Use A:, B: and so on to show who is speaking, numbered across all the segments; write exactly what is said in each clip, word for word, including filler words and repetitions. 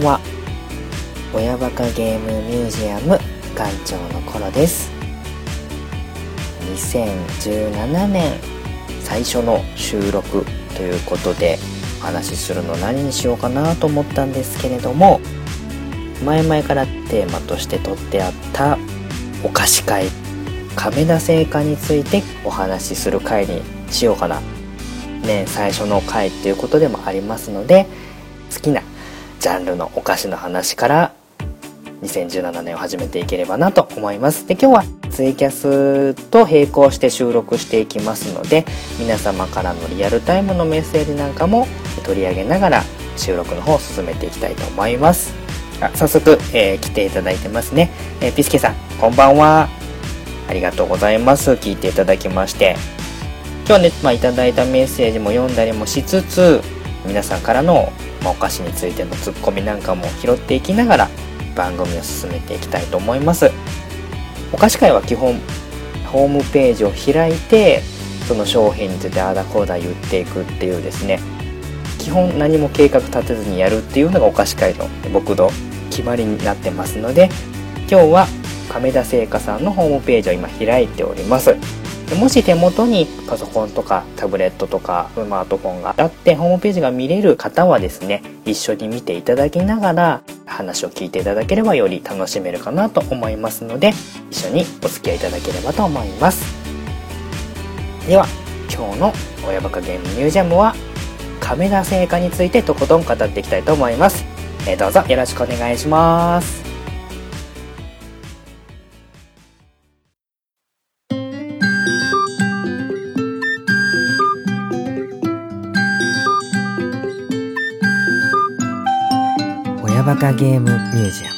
A: は。親バカゲームミュージアム館長のコロです。にせんじゅうななねん最初の収録ということで、お話しするの何にしようかなと思ったんですけれども、前々からテーマとして取ってあったお菓子会、亀田製菓についてお話しする回にしようかな。ね、最初の回っていうことでもありますので、好きなジャンルのお菓子の話からにせんじゅうななねんを始めていければなと思います。で、今日はツイキャスと並行して収録していきますので、皆様からのリアルタイムのメッセージなんかも取り上げながら収録の方を進めていきたいと思います。あ、早速、えー、来ていただいてますね。えー、ピスケさん、こんばんは。ありがとうございます。聞いていただきまして。今日ね、まあ、いただいたメッセージも読んだりもしつつ、皆さんからの、まあ、お菓子についてのツッコミなんかも拾っていきながら番組を進めていきたいと思います。お菓子会は基本ホームページを開いて、その商品についてあだこうだ言っていくっていうですね、基本何も計画立てずにやるっていうのがお菓子会の僕の決まりになってますので、今日は亀田製菓さんのホームページを今開いております。もし手元にパソコンとかタブレットとかスマートフォンがあってホームページが見れる方はですね、一緒に見ていただきながら話を聞いていただければより楽しめるかなと思いますので、一緒にお付き合いいただければと思います。では今日の親バカゲームミュージアムは亀田製菓についてとことん語っていきたいと思います。えー、どうぞよろしくお願いします。親バカゲームミュージアム。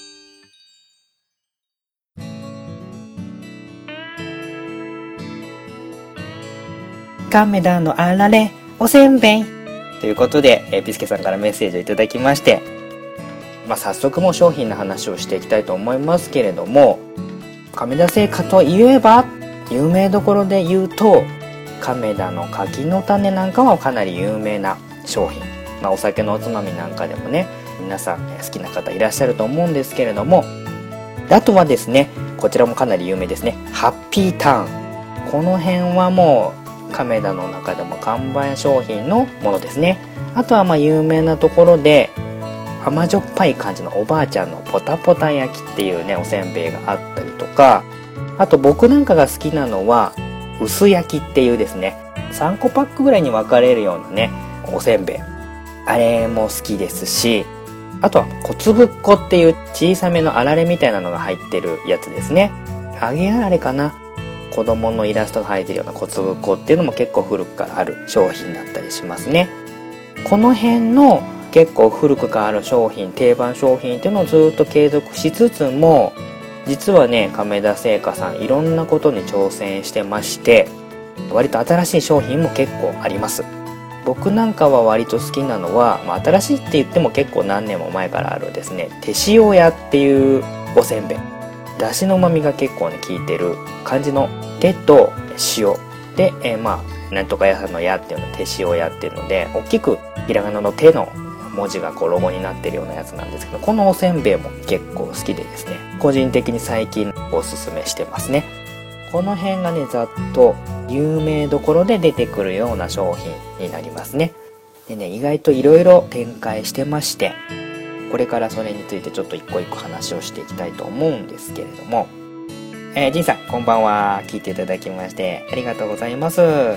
A: 亀田のあられおせんべいということで、えー、ピスケさんからメッセージをいただきまして、まあ、早速もう商品の話をしていきたいと思いますけれども、亀田製菓といえば有名どころで言うと亀田の柿の種なんかはかなり有名な商品、まあ、お酒のおつまみなんかでもね、皆さん好きな方いらっしゃると思うんですけれども、あとはですね、こちらもかなり有名ですね、ハッピーターン。この辺はもう亀田の中でも看板商品のものですね。あとはまあ有名なところで甘じょっぱい感じのおばあちゃんのポタポタ焼きっていうねおせんべいがあったりとか、あと僕なんかが好きなのは薄焼きっていうですね、さんこパックぐらいに分かれるようなねおせんべい、あれも好きですし、あとは小粒っこっていう小さめのあられみたいなのが入ってるやつですね。揚げあられかな、子供のイラストが入ってるような小粒っこっていうのも結構古くからある商品だったりしますね。この辺の結構古くからある商品、定番商品っていうのをずっと継続しつつも、実はね亀田製菓さんいろんなことに挑戦してまして、割と新しい商品も結構あります。僕なんかは割と好きなのは、まあ、新しいって言っても結構何年も前からあるですね、手塩屋っていうおせんべい、だしの旨味が結構ね効いてる感じの手と塩で、えー、まあなんとか屋さんの屋っていうの手塩屋っていうので、大きくひらがなの手の文字がこうロゴになってるようなやつなんですけど、このおせんべいも結構好きでですね、個人的に最近おすすめしてますね。この辺がねざっと有名どころで出てくるような商品になりますね。でね、意外といろいろ展開してまして、これからそれについてちょっと一個一個話をしていきたいと思うんですけれども、えー、ジンさんこんばんは。聞いていただきましてありがとうございます。はい、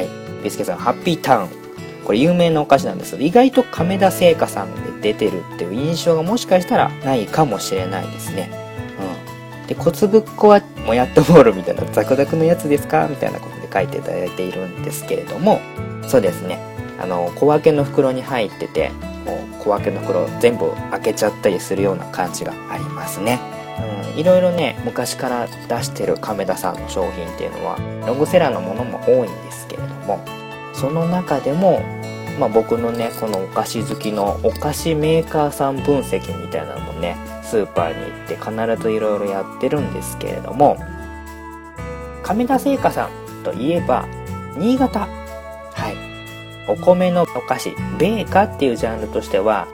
A: ビスケさん、ハッピーターン、これ有名なお菓子なんですけど、意外と亀田製菓さんで出てるっていう印象がもしかしたらないかもしれないですね。うん、で小粒っこはもやっとボールみたいなザクザクのやつですかみたいなことで書いていただいているんですけれども、そうですね、あの小分けの袋に入ってて、もう小分けの袋全部開けちゃったりするような感じがありますね。うん、いろいろね昔から出してる亀田さんの商品っていうのはロングセラーのものも多いんですけれども、その中でも、まあ、僕のねこのお菓子好きのお菓子メーカーさん分析みたいなのもねスーパーに行って必ずいろいろやってるんですけれども、亀田製菓さんといえば新潟、はい、お米のお菓子米菓っていうジャンルとしては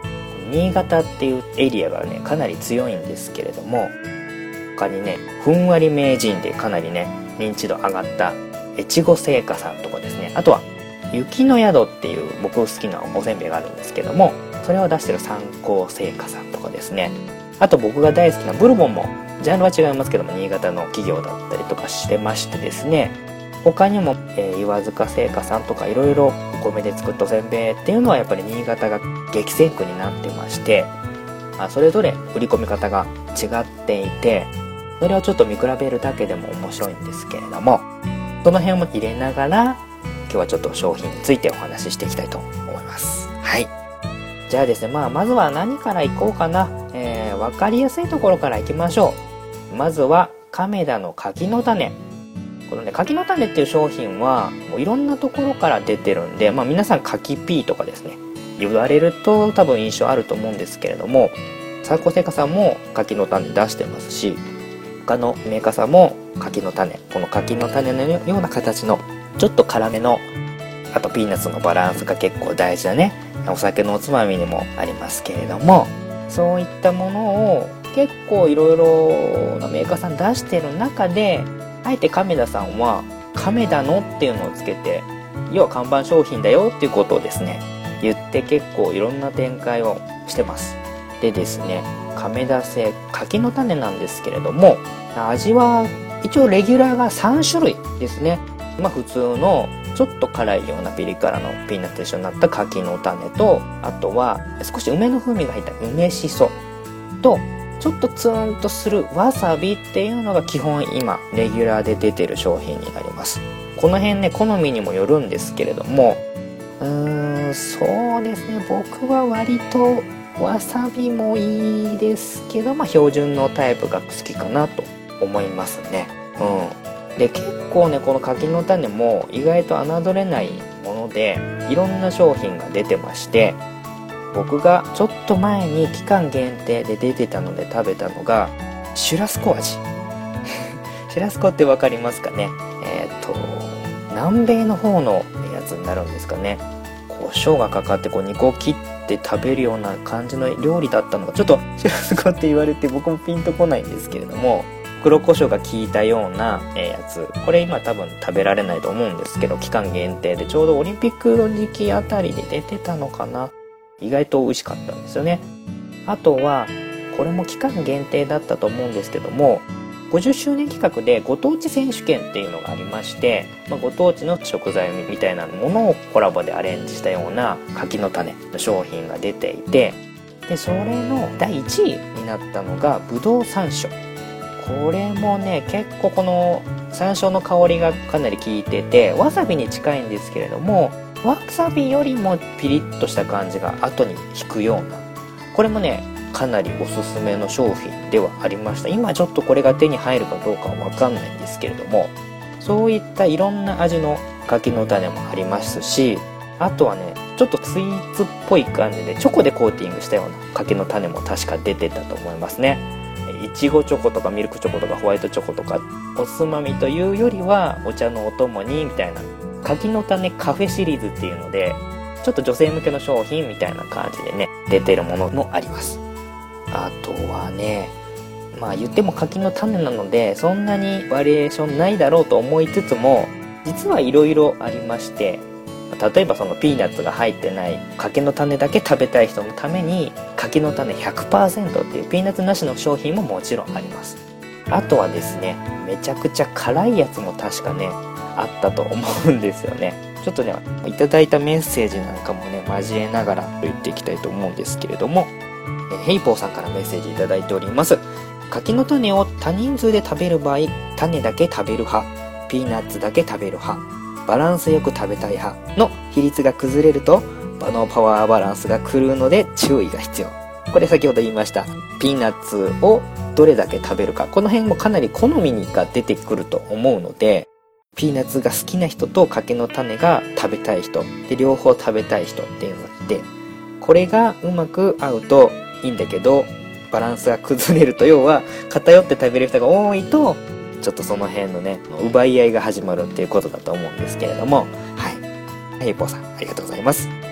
A: 新潟っていうエリアがねかなり強いんですけれども、他にねふんわり名人でかなりね認知度上がった越後製菓さんとかですね、あとは雪の宿っていう僕好きなおせんべいがあるんですけども、それを出してる三幸製菓さんとかですね、あと僕が大好きなブルボンもジャンルは違いますけども新潟の企業だったりとかしてましてですね、他にも、えー、岩塚製菓さんとかいろいろお米で作ったおせんべいっていうのはやっぱり新潟が激戦区になってまして、あそれぞれ売り込み方が違っていて、それをちょっと見比べるだけでも面白いんですけれども、その辺も入れながら今日はちょっと商品についてお話ししていきたいと思います。はい。じゃあですね、まあまずは何からいこうかな。えー、わかりやすいところからいきましょう。まずは亀田の柿の種。このね柿の種っていう商品はもういろんなところから出てるんで、まあ皆さん柿ピーとかですね言われると多分印象あると思うんですけれども、三幸製菓さんも柿の種出してますし、他のメーカーさんも柿の種、この柿の種のような形のちょっと辛めの、あとピーナッツのバランスが結構大事なねお酒のおつまみにもありますけれども、そういったものを結構いろいろなメーカーさん出してる中で、あえて亀田さんは亀田のっていうのをつけて、要は看板商品だよっていうことをですね言って結構いろんな展開をしてます。でですね、亀田製柿の種なんですけれども、味は一応レギュラーがさん種類ですね。まあ普通のちょっと辛いようなピリ辛のピーナッツと一緒になった柿の種と、あとは少し梅の風味が入った梅しそと、ちょっとツーンとするわさびっていうのが基本今レギュラーで出てる商品になります。この辺ね好みにもよるんですけれども、うーんそうですね、僕は割とわさびもいいですけど、まあ標準のタイプが好きかなと思いますね。うんで結構ねこの柿の種も意外と侮れないもので、いろんな商品が出てまして、僕がちょっと前に期間限定で出てたので食べたのがシュラスコ味シュラスコって分かりますかね。えっと南米の方のやつになるんですかね。胡椒がかかってこうにこ切って食べるような感じの料理だったのが、ちょっとシュラスコって言われて僕もピンとこないんですけれども、黒胡椒が効いたようなやつ、これ今多分食べられないと思うんですけど、期間限定でちょうどオリンピックの時期あたりで出てたのかな。意外と美味しかったんですよね。あとはこれも期間限定だったと思うんですけども、ごじゅっしゅうねん企画でご当地選手権っていうのがありまして、まあ、ご当地の食材みたいなものをコラボでアレンジしたような柿の種の商品が出ていて、でそれのだいいちいになったのがぶどう山椒。これもね結構この山椒の香りがかなり効いてて、わさびに近いんですけれども、わさびよりもピリッとした感じが後に引くような、これもねかなりおすすめの商品ではありました。今ちょっとこれが手に入るかどうかは分かんないんですけれども、そういったいろんな味の柿の種もありますし、あとはねちょっとスイーツっぽい感じでチョコでコーティングしたような柿の種も確か出てたと思いますね。いちごチョコとかミルクチョコとかホワイトチョコとかおつまみというよりはお茶のお供にみたいな柿の種カフェシリーズっていうので、ちょっと女性向けの商品みたいな感じでね出てるものもあります。あとはね、まあ言っても柿の種なのでそんなにバリエーションないだろうと思いつつも、実はいろいろありまして、例えばそのピーナッツが入ってない柿の種だけ食べたい人のために柿の種 ひゃくパーセント っていうピーナッツなしの商品ももちろんあります。あとはですね、めちゃくちゃ辛いやつも確かねあったと思うんですよね。ちょっとねいただいたメッセージなんかもね交えながら言っていきたいと思うんですけれども、えヘイポーさんからメッセージいただいております。柿の種を多人数で食べる場合、種だけ食べる派、ピーナッツだけ食べる派、バランスよく食べたい派の比率が崩れると場のパワーバランスが狂うので注意が必要。これ先ほど言いましたピーナッツをどれだけ食べるか、この辺もかなり好みが出てくると思うので、ピーナッツが好きな人と柿の種が食べたい人で両方食べたい人っていうのがいて、これがうまく合うといいんだけど、バランスが崩れると、要は偏って食べる人が多いとちょっとその辺のね奪い合いが始まるっていうことだと思うんですけれども、はい、ヘイポーさんありがとうございます。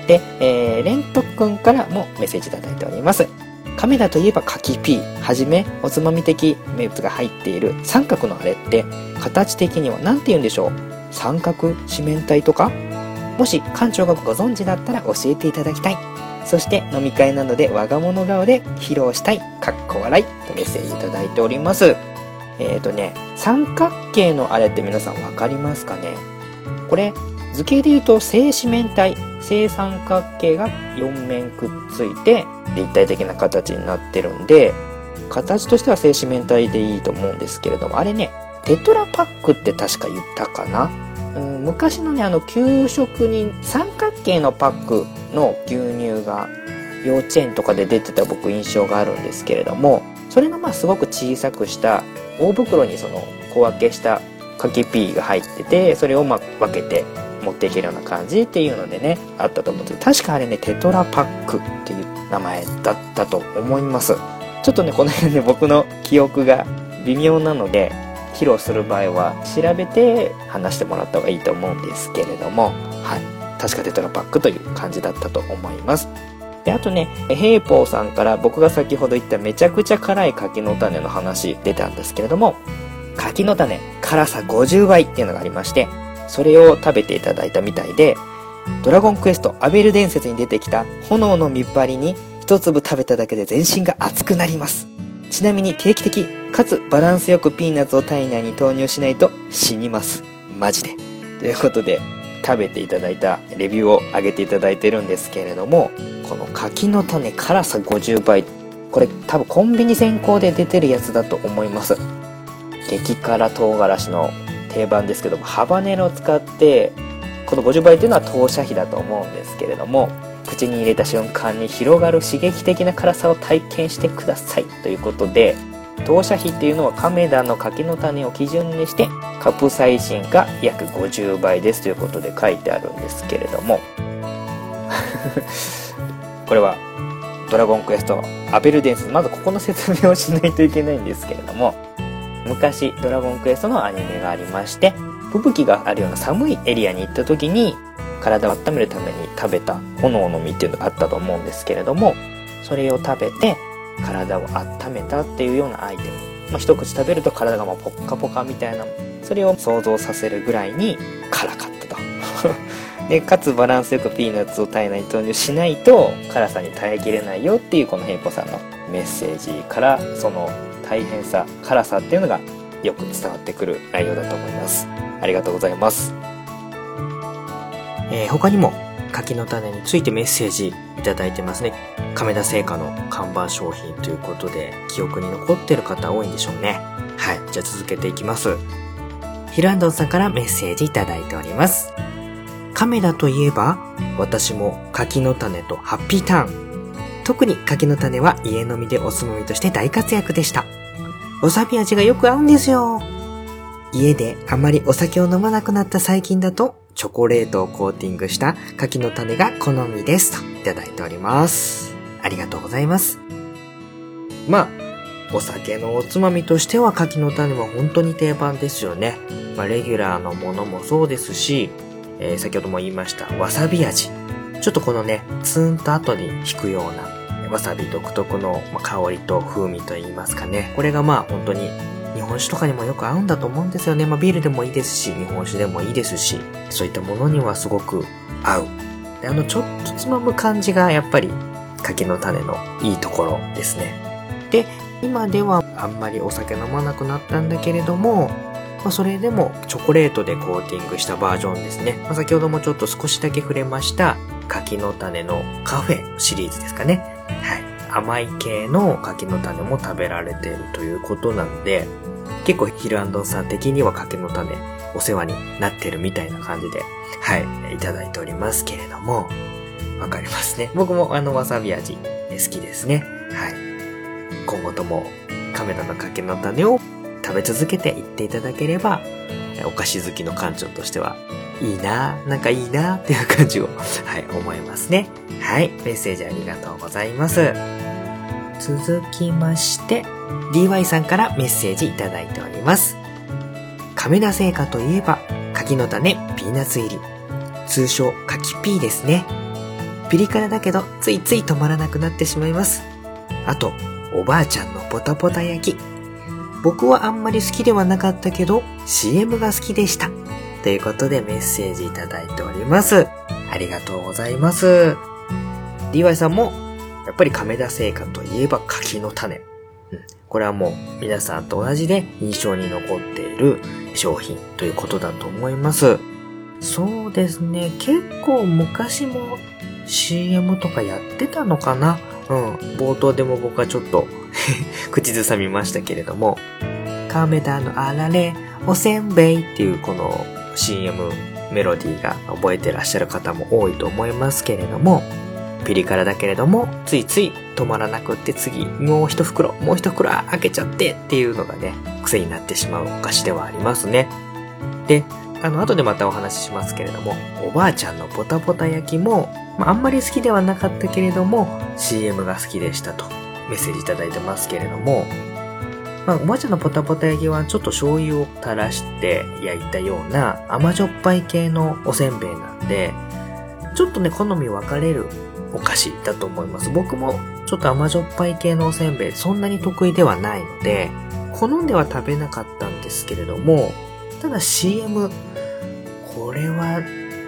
A: で、えー、レント君からもメッセージいただいております。亀田といえば柿ピーはじめおつまみ的名物が入っている三角のあれって形的には何て言うんでしょう。三角四面体とか、もし館長がご存知だったら教えていただきたい。そして飲み会などで我が物顔で披露したいかっこ笑いとメッセージいただいております。えーとね三角形のあれって皆さんわかりますかね。これ図形で言うと正四面体、正三角形がよん面くっついて立体的な形になってるんで、形としては正四面体でいいと思うんですけれども、あれねテトラパックって確か言ったかな。うん、昔のねあの給食に三角形のパックの牛乳が幼稚園とかで出てた僕印象があるんですけれども、それのまあすごく小さくした大袋にその小分けした柿ピーが入ってて、それをまあ分けて持っていけるような感じっていうのでねあったと思うんですけど、確かあれねテトラパックっていう名前だったと思います。ちょっとねこの辺で僕の記憶が微妙なので披露する場合は調べて話してもらった方がいいと思うんですけれども、はい、確かテトラパックという感じだったと思います。であとねヘイポーさんから僕が先ほど言っためちゃくちゃ辛い柿の種の話出たんですけれども、柿の種辛さごじゅうばいっていうのがありまして、それを食べていただいたみたいで、ドラゴンクエストアベル伝説に出てきた炎の実張りに一粒食べただけで全身が熱くなります。ちなみに定期的かつバランスよくピーナッツを体内に投入しないと死にます。マジで。ということで食べていただいたレビューを上げていただいてるんですけれども、この柿の種辛さごじゅうばい、これ多分コンビニ先行で出てるやつだと思います。激辛唐辛子の定番ですけども、ハバネロを使ってこのごじゅうばいっていうのは投射比だと思うんですけれども、口に入れた瞬間に広がる刺激的な辛さを体験してくださいということで、投射比っていうのは亀田の柿の種を基準にしてカプサイシンが約ごじゅうばいですということで書いてあるんですけれどもこれはドラゴンクエストアベル伝説、まずここの説明をしないといけないんですけれども、昔ドラゴンクエストのアニメがありまして、吹雪があるような寒いエリアに行った時に体を温めるために食べた炎の実っていうのがあったと思うんですけれども、それを食べて体を温めたっていうようなアイテム、まあ、一口食べると体がまあポッカポカみたいな、それを想像させるぐらいに辛かったとでかつバランスよくピーナッツを体内に投入しないと辛さに耐えきれないよっていうこのヘイポさんのメッセージから、その大変さ辛さっていうのがよく伝わってくる内容だと思います。ありがとうございます。えー、他にも柿の種についてメッセージいただいてますね。亀田製菓の看板商品ということで記憶に残ってる方多いんでしょうね。はい、じゃあ続けていきます。ヒルアンドンさんからメッセージいただいております。亀田といえば私も柿の種とハッピーターン、特に柿の種は家飲みでおつまみとして大活躍でした。わさび味がよく合うんですよ。家であまりお酒を飲まなくなった最近だとチョコレートをコーティングした柿の種が好みですといただいております。ありがとうございます。まあお酒のおつまみとしては柿の種は本当に定番ですよね。まあレギュラーのものもそうですし、えー、先ほども言いましたわさび味、ちょっとこのねツーンと後に引くようなわさび独特の香りと風味といいますかね、これがまあ本当に日本酒とかにもよく合うんだと思うんですよね。まあビールでもいいですし、日本酒でもいいですし、そういったものにはすごく合う。で、あのちょっとつまむ感じがやっぱり柿の種のいいところですね。で、今ではあんまりお酒飲まなくなったんだけれども、まあ、それでもチョコレートでコーティングしたバージョンですね。まあ、先ほどもちょっと少しだけ触れました柿の種のカフェシリーズですかね。はい。甘い系の柿の種も食べられているということなので、結構ヒルアンドンさん的には柿の種お世話になってるみたいな感じで、はい、いただいておりますけれども、わかりますね。僕もあのわさび味好きですね。はい。今後とも亀田の柿の種を食べ続けていっていただければ、お菓子好きの館長としてはいいな、なんかいいなっていう感じを、はい、思いますね。はい、メッセージありがとうございます。続きまして、ディーワイ さんからメッセージいただいております。亀田製菓といえば柿の種ピーナッツ入り、通称柿ピーですね。
B: ピリ辛だけどついつい止まらなくなってしまいます。あと、おばあちゃんのポタポタ焼き。僕はあんまり好きではなかったけど シーエム が好きでした。ということでメッセージいただいております。ありがとうございます。ディーワイ さんもやっぱり亀田製菓といえば柿の種。うん、これはもう皆さんと同じで印象に残っている商品ということだと思います。そうですね。結構昔も シーエム とかやってたのかな。うん。冒頭でも僕はちょっと口ずさみましたけれども、亀田のあられおせんべいっていうこの シーエム メロディーが覚えてらっしゃる方も多いと思いますけれども、ピリ辛だけれどもついつい止まらなくって次もう一袋もう一袋開けちゃってっていうのがね癖になってしまうお菓子ではありますね。で、あの後でまたお話ししますけれども、おばあちゃんのポタポタ焼きも、まあ、あんまり好きではなかったけれども シーエム が好きでしたとメッセージいただいてますけれども、まあ、おばあちゃんのポタポタ焼きはちょっと醤油を垂らして焼いたような甘じょっぱい系のおせんべいなんで、ちょっとね好み分かれるお菓子だと思います。僕もちょっと甘じょっぱい系のおせんべいそんなに得意ではないので好んでは食べなかったんですけれども、ただ シーエム これはう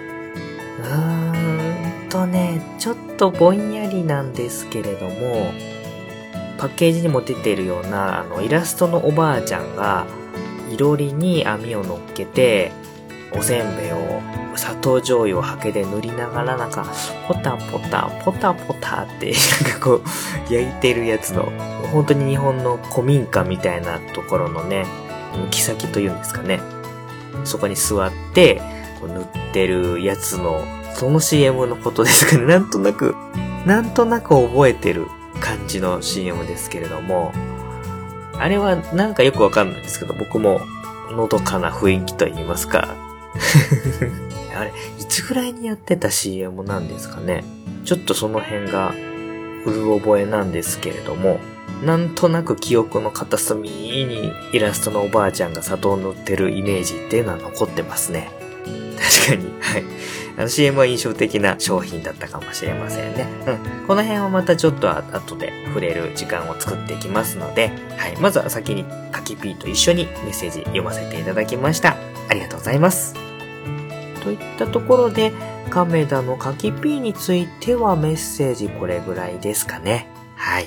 B: ーんとねちょっとぼんやりなんですけれども、パッケージにも出ているようなあのイラストのおばあちゃんがいろりに網を乗っけておせんべいを砂糖醤油をハケで塗りながらなんかポタポタポタポタってなんかこう焼いてるやつの本当に日本の古民家みたいなところのね軒先というんですかね、そこに座ってこう塗ってるやつのその シーエム のことですかね。なんとなくなんとなく覚えてる感じの シーエム ですけれども、あれはなんかよくわかんないですけど僕ものどかな雰囲気と言いますかあれいつぐらいにやってた シーエム なんですかね。ちょっとその辺がうる覚えなんですけれども、なんとなく記憶の片隅にイラストのおばあちゃんが砂糖を塗ってるイメージっていうのは残ってますね。確かに、はい。あの シーエム は印象的な商品だったかもしれませんね。うん。この辺はまたちょっと後で触れる時間を作っていきますので、はい。まずは先にカキピーと一緒にメッセージ読ませていただきました。ありがとうございます。といったところで、亀田のカキピーについてはメッセージこれぐらいですかね。はい。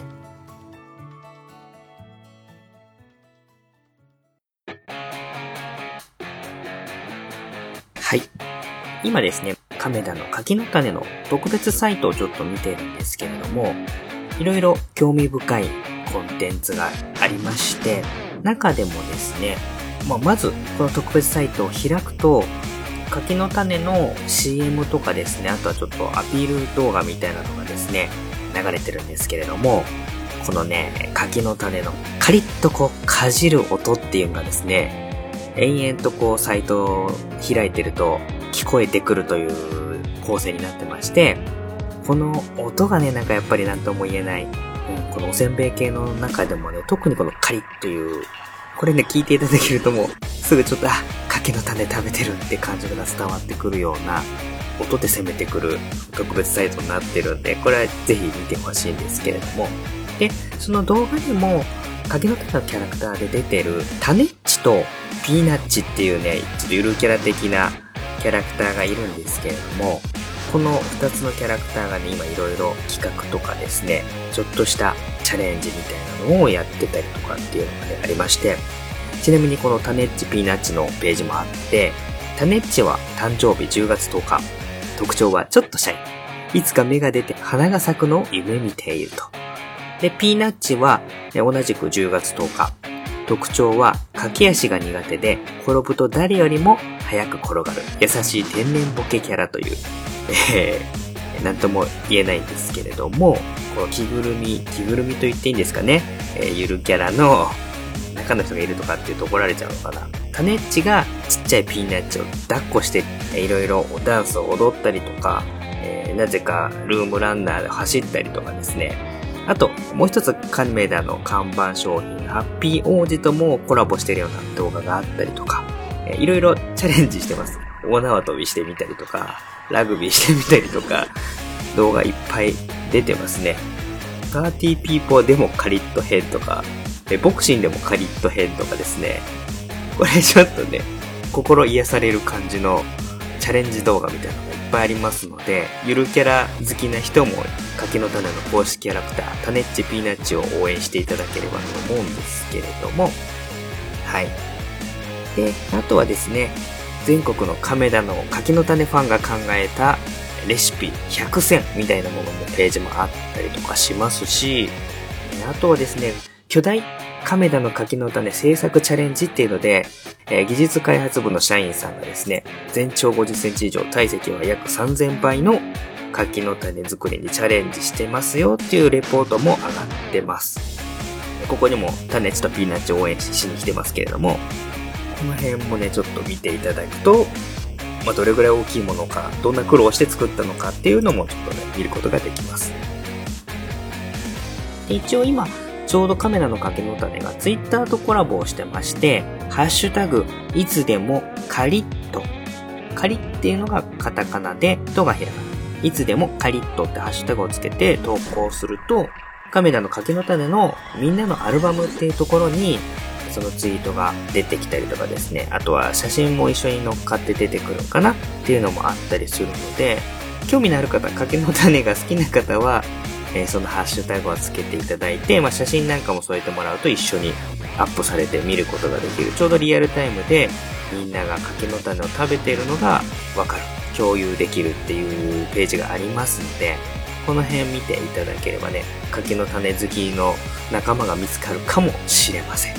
B: はい。今ですね、亀田の柿の種の特別サイトをちょっと見てるんですけれども、いろいろ興味深いコンテンツがありまして、中でもですね、まあ、まずこの特別サイトを開くと、柿の種の シーエム とかですね、あとはちょっとアピール動画みたいなのがですね、流れてるんですけれども、このね、柿の種のカリッとこうかじる音っていうのがですね、延々とこうサイトを開いてると聞こえてくるという構成になってまして、この音がね、なんかやっぱりなんとも言えない、うん、このおせんべい系の中でもね、特にこのカリッという、これね、聞いていただけるともうすぐちょっと、あ、柿の種食べてるって感じが伝わってくるような音で攻めてくる特別サイトになってるんで、これはぜひ見てほしいんですけれども、で、その動画にも柿の種のキャラクターで出てるタネッチとピーナッチっていうね、ちょっとゆるキャラ的なキャラクターがいるんですけれども、このふたつのキャラクターがね、今いろいろ企画とかですね、ちょっとしたチャレンジみたいなのをやってたりとかっていうのがね、ありまして、ちなみにこのタネッチピーナッチのページもあって、タネッチは誕生日じゅうがつとおか。特徴はちょっとシャイ。いつか芽が出て花が咲くのを夢見ていると。で、ピーナッチは同じくじゅうがつとおか。特徴は駆け足が苦手で転ぶと誰よりも早く転がる優しい天然ボケキャラという、えー、なんとも言えないんですけれども、この着ぐるみ、着ぐるみと言っていいんですかね、えー、ゆるキャラの中の人がいるとかっていうと怒られちゃうのかな。タネッチがちっちゃいピーナッチを抱っこして、えー、いろいろダンスを踊ったりとか、えー、なぜかルームランナーで走ったりとかですね。あと、もう一つ亀田の看板商品、ハッピー王子ともコラボしてるような動画があったりとか、えー、いろいろチャレンジしてます。大縄跳びしてみたりとか、ラグビーしてみたりとか、 動画いっぱい出てますね。サーティーピーポーでもカリッと変とか、ボクシンでもカリッと変とかですね。これちょっとね、心癒される感じのチャレンジ動画みたいなのがいっぱいありますので、ゆるキャラ好きな人も柿の種の公式キャラクター、タネッチピーナッチを応援していただければと思うんですけれども、はい。で、あとはですね、全国の亀田の柿の種ファンが考えたレシピひゃくせんみたいなものもページもあったりとかしますし、あとはですね、巨大亀田の柿の種製作チャレンジっていうので、えー、技術開発部の社員さんがですね、全長ごじゅっセンチ以上、体積は約さんぜんばいの柿の種作りにチャレンジしてますよっていうレポートも上がってます。ここにもタネッチとピーナッチを応援しに来てますけれども、この辺もね、ちょっと見ていただくと、まあ、どれぐらい大きいものか、どんな苦労して作ったのかっていうのもちょっとね、見ることができます。で一応今、ちょうどカメラの柿の種がツイッターとコラボをしてまして、ハッシュタグ、いつでもカリッと。カリっていうのがカタカナで、とがひらがな。いつでもカリッとってハッシュタグをつけて投稿すると、カメラの柿の種のみんなのアルバムっていうところに、そのツイートが出てきたりとかですね、あとは写真も一緒に乗っかって出てくるかなっていうのもあったりするので、興味のある方、柿の種が好きな方は、えー、そのハッシュタグをつけていただいて、まあ、写真なんかも添えてもらうと一緒にアップされて見ることができる。ちょうどリアルタイムでみんなが柿の種を食べているのがわかる。共有できるっていうページがありますので、この辺見ていただければね、柿の種好きの仲間が見つかるかもしれません。はい。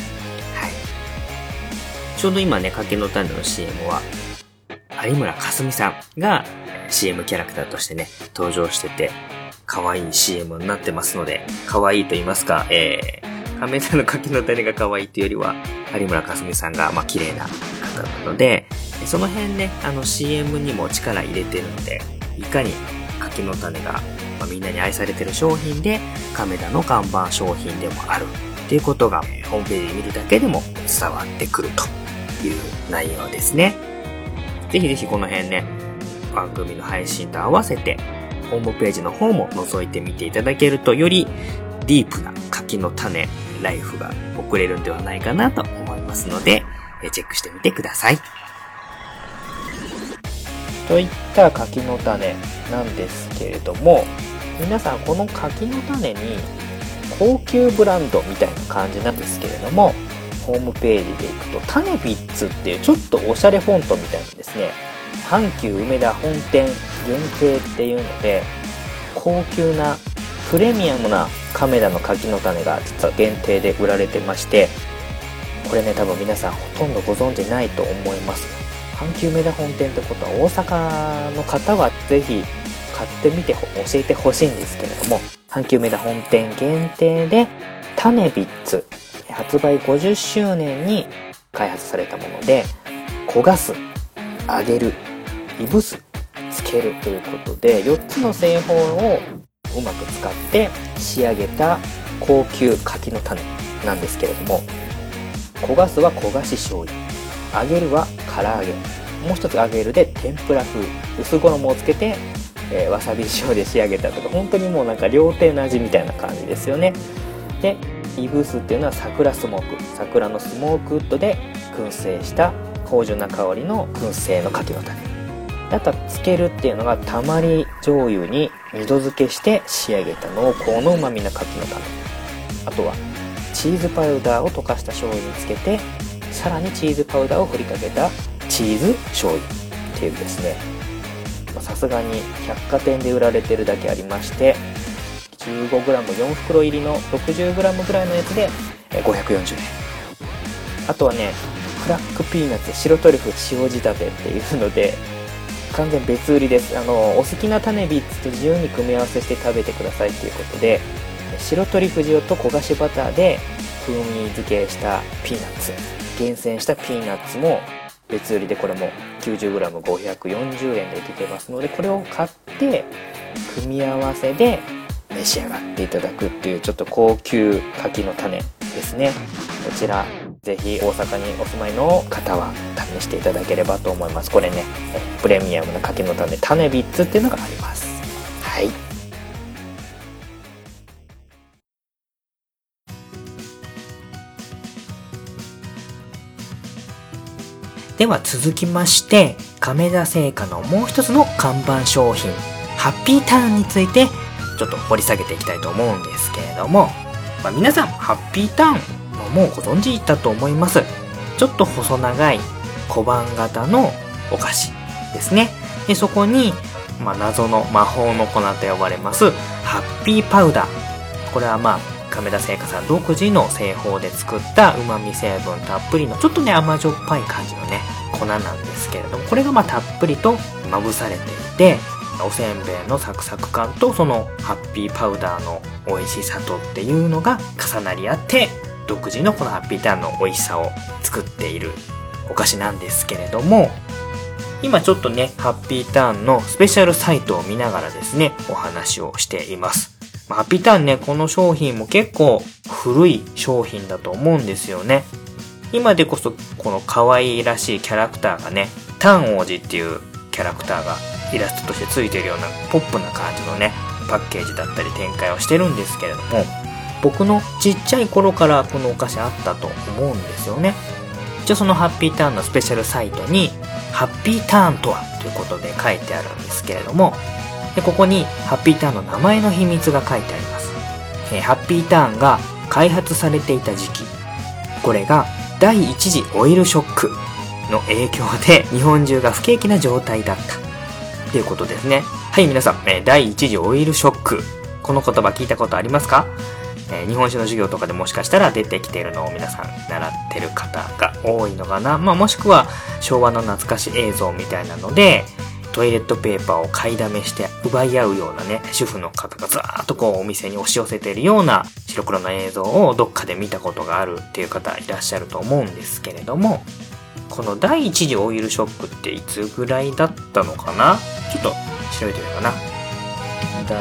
B: ちょうど今ね、柿の種の シーエム は有村架純さんが シーエム キャラクターとしてね、登場してて、可愛い シーエム になってますので、可愛いと言いますか、えー、亀田の柿の種が可愛いというよりは、有村架純さんが、まあ、綺麗な方なので、その辺ね、あの シーエム にも力入れてるので、いかに柿の種が、まあ、みんなに愛されてる商品で、亀田の看板商品でもあるっていうことが、ホームページで見るだけでも伝わってくるという内容ですね。ぜひぜひこの辺ね、番組の配信と合わせて、ホームページの方も覗いてみていただけると、よりディープな柿の種ライフが送れるんではないかなと思いますので、チェックしてみてください。
A: といった柿の種なんですけれども、皆さんこの柿の種に高級ブランドみたいな感じなんですけれども、ホームページでいくとタネビッツっていうちょっとおしゃれフォントみたいなんですね。阪急梅田本店限定っていうので、高級なプレミアムな亀田の柿の種が実は限定で売られてまして、これね、多分皆さんほとんどご存知ないと思います。阪急梅田本店ってことは大阪の方はぜひ買ってみて教えてほしいんですけれども、阪急梅田本店限定でタネビッツ発売ごじゅっしゅうねんに開発されたもので、焦がす、揚げる、いぶす、つけるということでよっつの製法をうまく使って仕上げた高級柿の種なんですけれども、焦がすは焦がし醤油、揚げるは唐揚げ、もう一つ揚げるで天ぷら風、薄衣をつけて、えー、わさび塩で仕上げたとか、本当にもうなんか料亭の味みたいな感じですよね。で、いぶすっていうのは桜スモーク、桜のスモークウッドで燻製した芳醇な香りの燻製の柿の種。あとはつけるっていうのがたまり醤油に二度漬けして仕上げた濃厚の旨味な柿の種。あとはチーズパウダーを溶かした醤油につけて、さらにチーズパウダーを振りかけたチーズ醤油っていうですね、さすがに百貨店で売られてるだけありまして、 じゅうごグラムよん袋入りの ろくじゅうグラム ぐらいのやつでごひゃくよんじゅうえん。あとはね、クラックピーナッツ白トリュフ塩仕立てっていうので完全別売りです。あのお好きな種ビッツと自由に組み合わせして食べてくださいということで、白トリュフ塩と焦がしバターで風味付けしたピーナッツ、厳選したピーナッツも別売りで、これも きゅうじゅうグラムごひゃくよんじゅうえんで出てますので、これを買って組み合わせで召し上がっていただくっていうちょっと高級柿の種ですね。こちらぜひ大阪にお住まいの方は試していただければと思います。これね、プレミアムな柿の種タネビッツっていうのがあります。はい。
B: では続きまして、亀田製菓のもう一つの看板商品、ハッピーターンについてちょっと掘り下げていきたいと思うんですけれども、まあ、皆さんハッピーターンのもうご存知だと思います。ちょっと細長い小判型のお菓子ですね。でそこに、まあ、謎の魔法の粉と呼ばれますハッピーパウダー。これはまあ亀田製菓さん独自の製法で作った旨味成分たっぷりのちょっとね甘じょっぱい感じのね粉なんですけれども、これがまあたっぷりとまぶされていて、おせんべいのサクサク感とそのハッピーパウダーの美味しさとっていうのが重なり合って、独自のこのハッピーターンの美味しさを作っているお菓子なんですけれども、今ちょっとねハッピーターンのスペシャルサイトを見ながらですねお話をしています。ハッピーターンね、この商品も結構古い商品だと思うんですよね。今でこそこの可愛らしいキャラクターがね、タン王子っていうキャラクターがイラストとしてついているようなポップな感じのねパッケージだったり展開をしてるんですけれども、僕のちっちゃい頃からこのお菓子あったと思うんですよね。一応そのハッピーターンのスペシャルサイトにハッピーターンとはということで書いてあるんですけれども、でここにハッピーターンの名前の秘密が書いてあります。えー、ハッピーターンが開発されていた時期、これが第一次オイルショックの影響で日本中が不景気な状態だったということですね。はい、皆さん、えー、第一次オイルショック、この言葉聞いたことありますか？えー、日本史の授業とかでもしかしたら出てきているのを皆さん習ってる方が多いのかな。まあもしくは昭和の懐かし映像みたいなので、トイレットペーパーを買いだめして奪い合うようなね、主婦の方がずーっとこうお店に押し寄せているような白黒の映像をどっかで見たことがあるっていう方いらっしゃると思うんですけれども、この第一次オイルショックっていつぐらいだったのかな？ちょっと調べてみようかな。第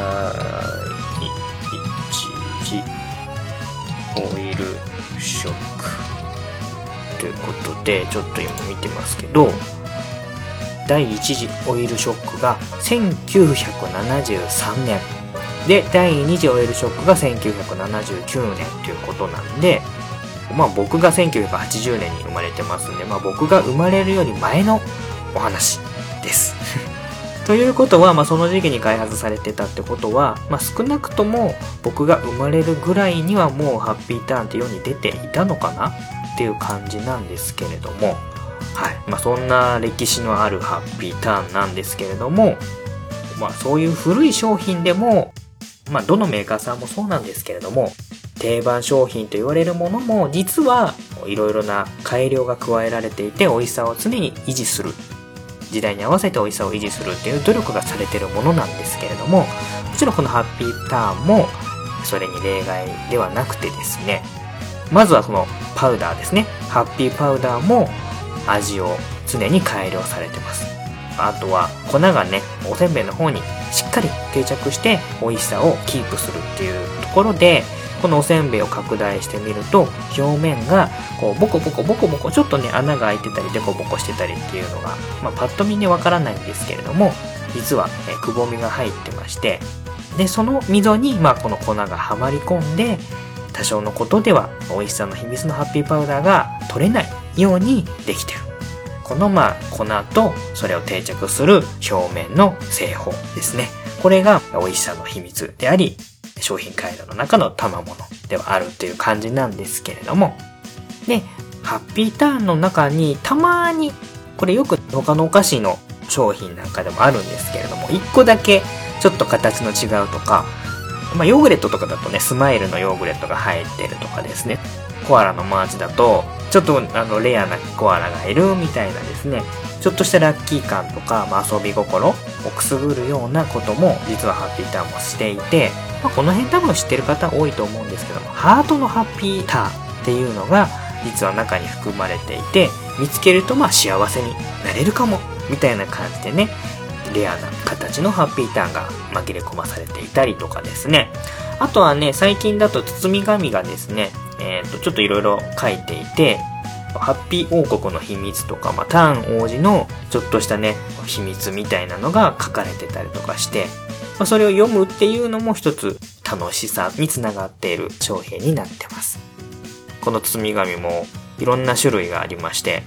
B: 一次オイルショックということで、ちょっと今見てますけど、第一次オイルショックがせんきゅうひゃくななじゅうさんねんで、第二次オイルショックがせんきゅうひゃくななじゅうきゅうねんということなんで、まあ僕がせんきゅうひゃくはちじゅうねんに生まれてますんで、まあ僕が生まれるより前のお話ですということは、まあその時期に開発されてたってことは、まあ少なくとも僕が生まれるぐらいにはもうハッピーターンって世に出ていたのかなっていう感じなんですけれども、はい。まあそんな歴史のあるハッピーターンなんですけれども、まあそういう古い商品でも、まあどのメーカーさんもそうなんですけれども、定番商品と言われるものも実はいろいろな改良が加えられていて、美味しさを常に維持する。時代に合わせて美味しさを維持するっていう努力がされているものなんですけれども、もちろんこのハッピーターンもそれに例外ではなくてですね、まずはそのパウダーですね。ハッピーパウダーも味を常に改良されてます。あとは粉がね、おせんべいの方にしっかり定着して美味しさをキープするっていうところで、このおせんべいを拡大してみると、表面がこうボコボコボコボコちょっとね穴が開いてたりデコボコしてたりっていうのが、まあ、パッと見ねわからないんですけれども、実は、ね、くぼみが入ってまして、でその溝に、まあ、この粉がはまり込んで、多少のことでは美味しさの秘密のハッピーパウダーが取れないようにできてる。このまあ粉とそれを定着する表面の製法ですね。これが美味しさの秘密であり、商品改良の中の賜物ではあるという感じなんですけれども、でハッピーターンの中にたまに、これよく他のお菓子の商品なんかでもあるんですけれども、いっこだけちょっと形の違うとか、まあ、ヨーグレットとかだとね、スマイルのヨーグレットが入ってるとかですね、コアラのマーチだとちょっとあのレアなコアラがいるみたいなですね、ちょっとしたラッキー感とか、まあ、遊び心をくすぐるようなことも実はハッピーターンもしていて、まあ、この辺多分知ってる方多いと思うんですけども、ハートのハッピーターンっていうのが実は中に含まれていて、見つけるとまあ幸せになれるかもみたいな感じでね、レアな形のハッピーターンが紛れ込まされていたりとかですね。あとはね、最近だと包み紙がですね、えっとちょっといろいろ書いていて、ハッピー王国の秘密とか、まあ、ターン王子のちょっとしたね秘密みたいなのが書かれてたりとかして、まあ、それを読むっていうのも一つ楽しさにつながっている商品になってます。この包み紙もいろんな種類がありまして、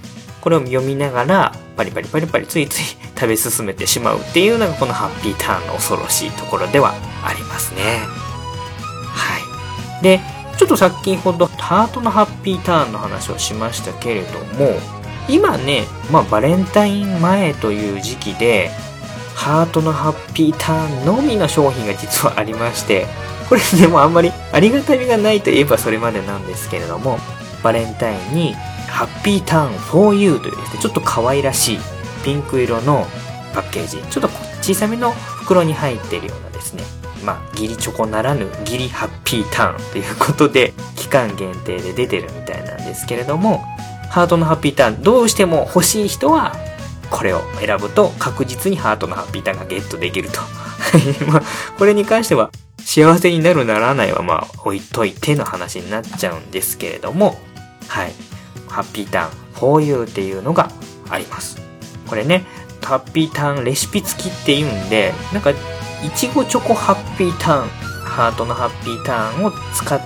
B: これを読みながらパリパリパリパリついつい食べ進めてしまうっていうのがこのハッピーターンの恐ろしいところではありますね。はい。で、ちょっと先ほどハートのハッピーターンの話をしましたけれども、今ね、まあバレンタイン前という時期でハートのハッピーターンのみの商品が実はありまして、これでもあんまりありがたみがないといえばそれまでなんですけれども、バレンタインにハッピーターン フォーユー というですね、ちょっと可愛らしいピンク色のパッケージ、ちょっと小さめの袋に入っているようなですね、まあギリチョコならぬギリハッピーターンということで期間限定で出てるみたいなんですけれども、ハートのハッピーターンどうしても欲しい人はこれを選ぶと確実にハートのハッピーターンがゲットできるとまあこれに関しては幸せになるならないはまあ置いといての話になっちゃうんですけれども、はい、ハッピーターン フォーユー っていうのがあります。これね、ハッピーターンレシピ付きっていうんで、なんかいちごチョコハッピーターン、ハートのハッピーターンを使った、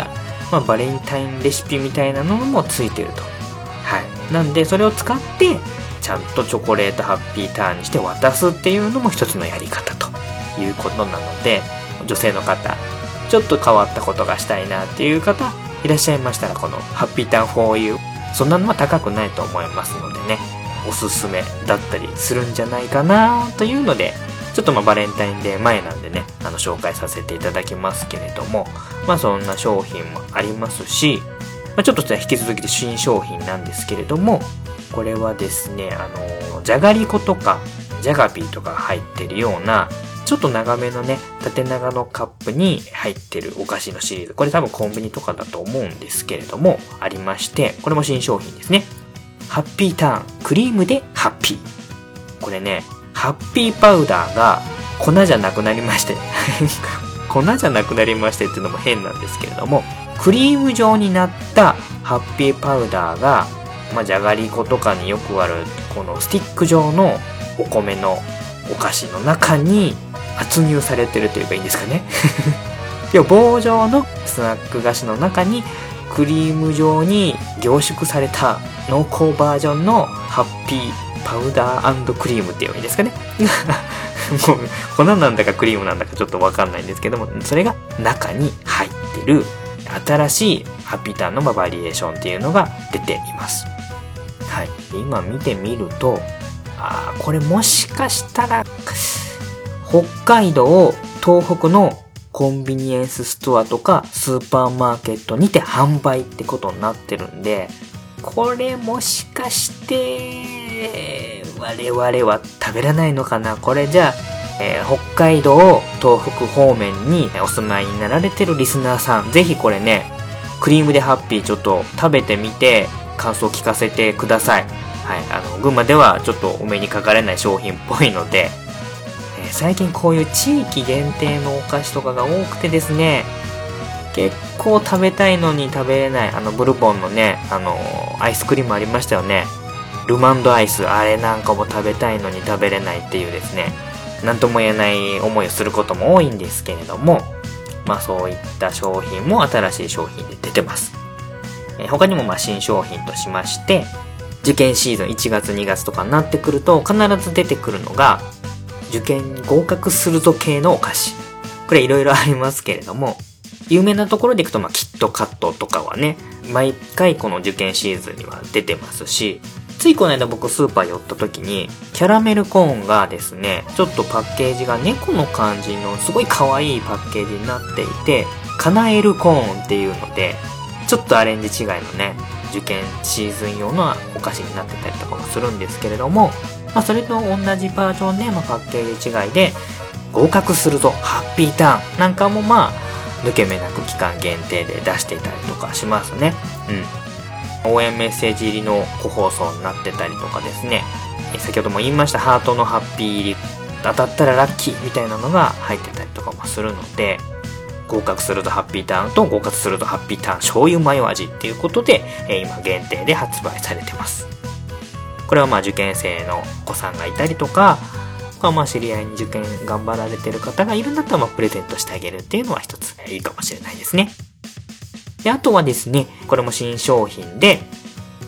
B: まあ、バレンタインレシピみたいなのもついてると。はい。なんでそれを使ってちゃんとチョコレートハッピーターンにして渡すっていうのも一つのやり方ということなので、女性の方ちょっと変わったことがしたいなっていう方いらっしゃいましたら、このハッピーターン フォーユー、 そんなのは高くないと思いますのでね、おすすめだったりするんじゃないかなというので、ちょっとまあバレンタインデー前なんでね、あの紹介させていただきますけれども、まあそんな商品もありますし、まあ、ちょっと引き続きで新商品なんですけれども、これはですね、あのじゃがりことかじゃがピーとか入ってるようなちょっと長めのね、縦長のカップに入ってるお菓子のシリーズ、これ多分コンビニとかだと思うんですけれどもありまして、これも新商品ですね。ハッピーターンクリームでハッピー。これね、ハッピーパウダーが粉じゃなくなりまして粉じゃなくなりましてっていうのも変なんですけれども、クリーム状になったハッピーパウダーが、まあ、じゃがりことかによくあるこのスティック状のお米のお菓子の中に圧入されてると言えばいいんですかねで棒状のスナック菓子の中にクリーム状に凝縮された濃厚バージョンのハッピーパウダー&クリームって言えばいいんですかねもう粉なんだかクリームなんだかちょっとわかんないんですけども、それが中に入ってる新しいハッピーターンのバリエーションっていうのが出ています。はい。今見てみると、あー、これもしかしたら北海道、東北のコンビニエンスストアとかスーパーマーケットにて販売ってことになってるんで、これもしかして我々は食べられないのかな。これじゃあ、えー、北海道、東北方面にお住まいになられてるリスナーさん、ぜひこれね、クリームでハッピーちょっと食べてみて感想聞かせてください。はい、あの群馬ではちょっとお目にかかれない商品っぽいので、えー、最近こういう地域限定のお菓子とかが多くてですね、結構食べたいのに食べれない、あのブルボンのね、あのー、アイスクリームありましたよね。ルマンドアイス、あれなんかも食べたいのに食べれないっていうですね、なんとも言えない思いをすることも多いんですけれども、まあそういった商品も新しい商品で出てます。えー、他にもまあ新商品としまして、受験シーズンいちがつにがつとかになってくると必ず出てくるのが受験に合格するぞ系のお菓子。これいろいろありますけれども、有名なところでいくとまあキットカットとかはね、毎回この受験シーズンには出てますし、ついこの間僕スーパー寄った時にキャラメルコーンがですね、ちょっとパッケージが猫の感じのすごい可愛いパッケージになっていて、カナエルコーンっていうのでちょっとアレンジ違いのね、受験シーズン用のお菓子になってたりとかもするんですけれども、まあそれと同じバージョンで、まあ、パッケージ違いで合格するぞハッピーターンなんかもまあ抜け目なく期間限定で出していたりとかしますね。うん。応援メッセージ入りの個包装になってたりとかですね、先ほども言いましたハートのハッピー入り、当たったらラッキーみたいなのが入ってたりとかもするので、合格するとハッピーターンと合格するとハッピーターン醤油マヨ味っていうことで、えー、今限定で発売されてます。これはまあ受験生のお子さんがいたりとか、まあ知り合いに受験頑張られてる方がいるんだったらまあプレゼントしてあげるっていうのは一ついいかもしれないですね。で、あとはですね、これも新商品で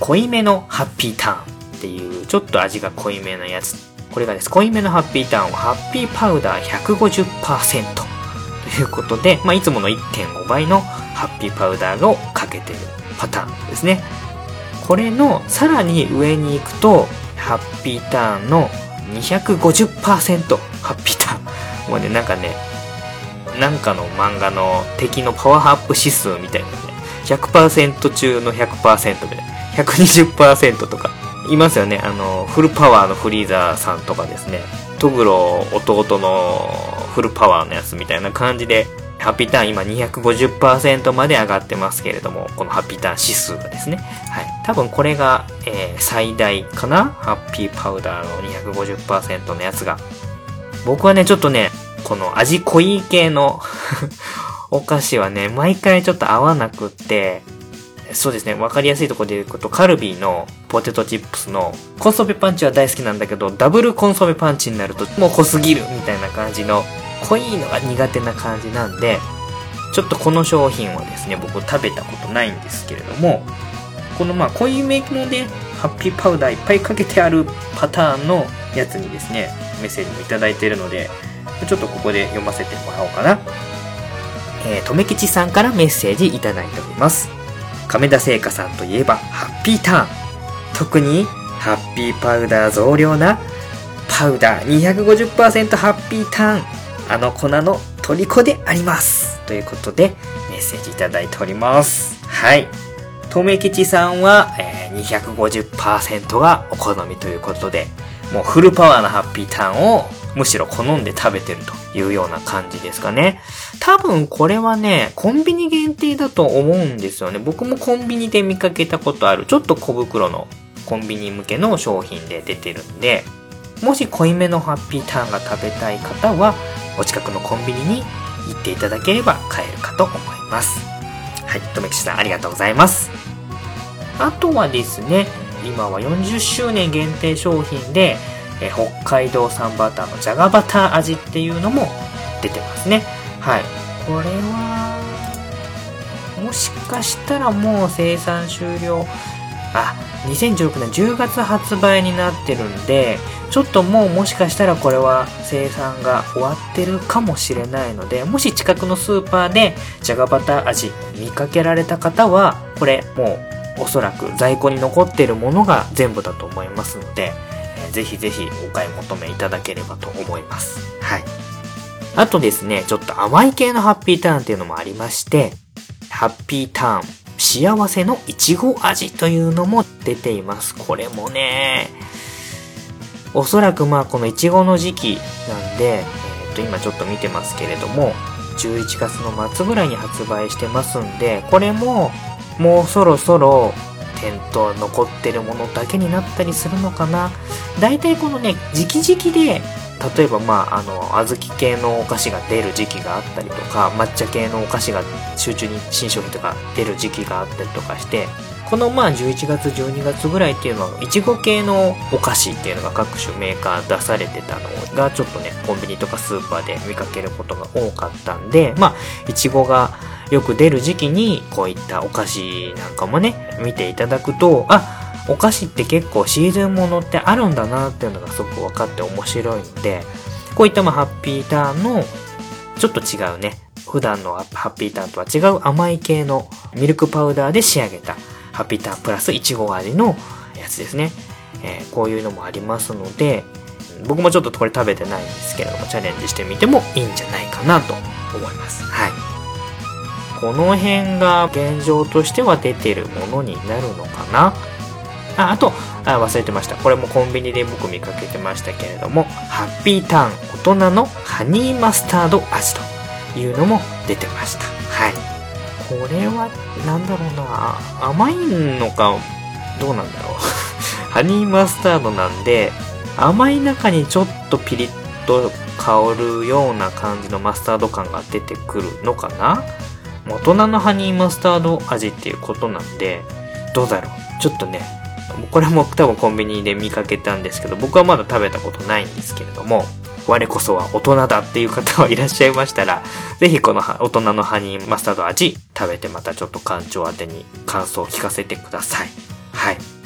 B: 濃いめのハッピーターンっていう、ちょっと味が濃いめのやつ。これがです、濃いめのハッピーターンは、ハッピーパウダー ひゃくごじゅっパーセント ということで、まあ、いつもの いってんご 倍のハッピーパウダーをかけてるパターンですね。これのさらに上に行くと、ハッピーターンの にひゃくごじゅっパーセント ハッピーターン。もうね、なんかね、なんかの漫画の敵のパワーアップ指数みたいなね、ひゃくパーセント 中の ひゃくパーセント みたいな、ひゃくにじゅっパーセント とか、いますよね。あの、フルパワーのフリーザーさんとかですね、トグロ弟のフルパワーのやつみたいな感じで、ハッピーターン今 にひゃくごじゅっパーセント まで上がってますけれども、このハッピーターン指数がですね。はい。多分これが、えー、最大かな？ハッピーパウダーの にひゃくごじゅっパーセント のやつが。僕はね、ちょっとね、この味濃い系のお菓子はね、毎回ちょっと合わなくって、そうですね、わかりやすいところで言うと、カルビーのポテトチップスのコンソメパンチは大好きなんだけど、ダブルコンソメパンチになるともう濃すぎるみたいな感じの、濃いのが苦手な感じなんで、ちょっとこの商品はですね、僕食べたことないんですけれども、このまあ濃いめのでハッピーパウダーいっぱいかけてあるパターンのやつにですね、メッセージもいただいているので、ちょっとここで読ませてもらおうかな。えー、とめきちさんからメッセージいただいております。亀田製菓さんといえばハッピーターン。特にハッピーパウダー増量なパウダー にひゃくごじゅっパーセント ハッピーターン。あの粉の虜であります。ということでメッセージいただいております。はい。とめきちさんは、えー、にひゃくごじゅっパーセント がお好みということで、もうフルパワーなハッピーターンをむしろ好んで食べてるというような感じですかね。多分これはね、コンビニ限定だと思うんですよね。僕もコンビニで見かけたことある、ちょっと小袋のコンビニ向けの商品で出てるんで、もし濃いめのハッピーターンが食べたい方は、お近くのコンビニに行っていただければ買えるかと思います。はい、とめきちさんありがとうございます。あとはですね、今はよんじゅっしゅうねん限定商品で、え北海道産バターのじゃがバター味っていうのも出てますね。はい。これは、もしかしたらもう生産終了。あ、にせんじゅうろくねんじゅうがつ発売になってるんで、ちょっともうもしかしたらこれは生産が終わってるかもしれないので、もし近くのスーパーでじゃがバター味見かけられた方は、これもうおそらく在庫に残っているものが全部だと思いますので、えー、ぜひぜひお買い求めいただければと思います。はい。あとですね、ちょっと甘い系のハッピーターンっていうのもありまして、ハッピーターン幸せのいちご味というのも出ています。これもね、おそらくまあこのいちごの時期なんで、えー、っと今ちょっと見てますけれども、じゅういちがつの末ぐらいに発売してますんで、これももうそろそろ店頭残ってるものだけになったりするのかな。だいたいこのね、時期時期で、例えばまああの小豆系のお菓子が出る時期があったりとか、抹茶系のお菓子が集中に新商品とか出る時期があったりとかして、このまあじゅういちがつじゅうにがつぐらいっていうのはいちご系のお菓子っていうのが各種メーカー出されてたのがちょっとね、コンビニとかスーパーで見かけることが多かったんで、まあいちごがよく出る時期にこういったお菓子なんかもね見ていただくと、あ、お菓子って結構シーズンものってあるんだなっていうのがすごく分かって面白いので、こういったまあハッピーターンのちょっと違うね、普段のハッピーターンとは違う甘い系のミルクパウダーで仕上げたハッピーターンプラスいちご味のやつですね。えー、こういうのもありますので、僕もちょっとこれ食べてないんですけれども、チャレンジしてみてもいいんじゃないかなと思います。はい。この辺が現状としては出てるものになるのかな。あ、あとあ、忘れてました。これもコンビニで僕見かけてましたけれども、ハッピーターン大人のハニーマスタード味というのも出てました。はい。これはなんだろうな、甘いのかどうなんだろうハニーマスタードなんで、甘い中にちょっとピリッと香るような感じのマスタード感が出てくるのかな。大人のハニーマスタード味っていうことなんで、どうだろう、ちょっとね、これも多分コンビニで見かけたんですけど、僕はまだ食べたことないんですけれども、我こそは大人だっていう方はいらっしゃいましたら、ぜひこの大人のハニーマスタード味食べて、またちょっと館長宛てに感想を聞かせてください。はい。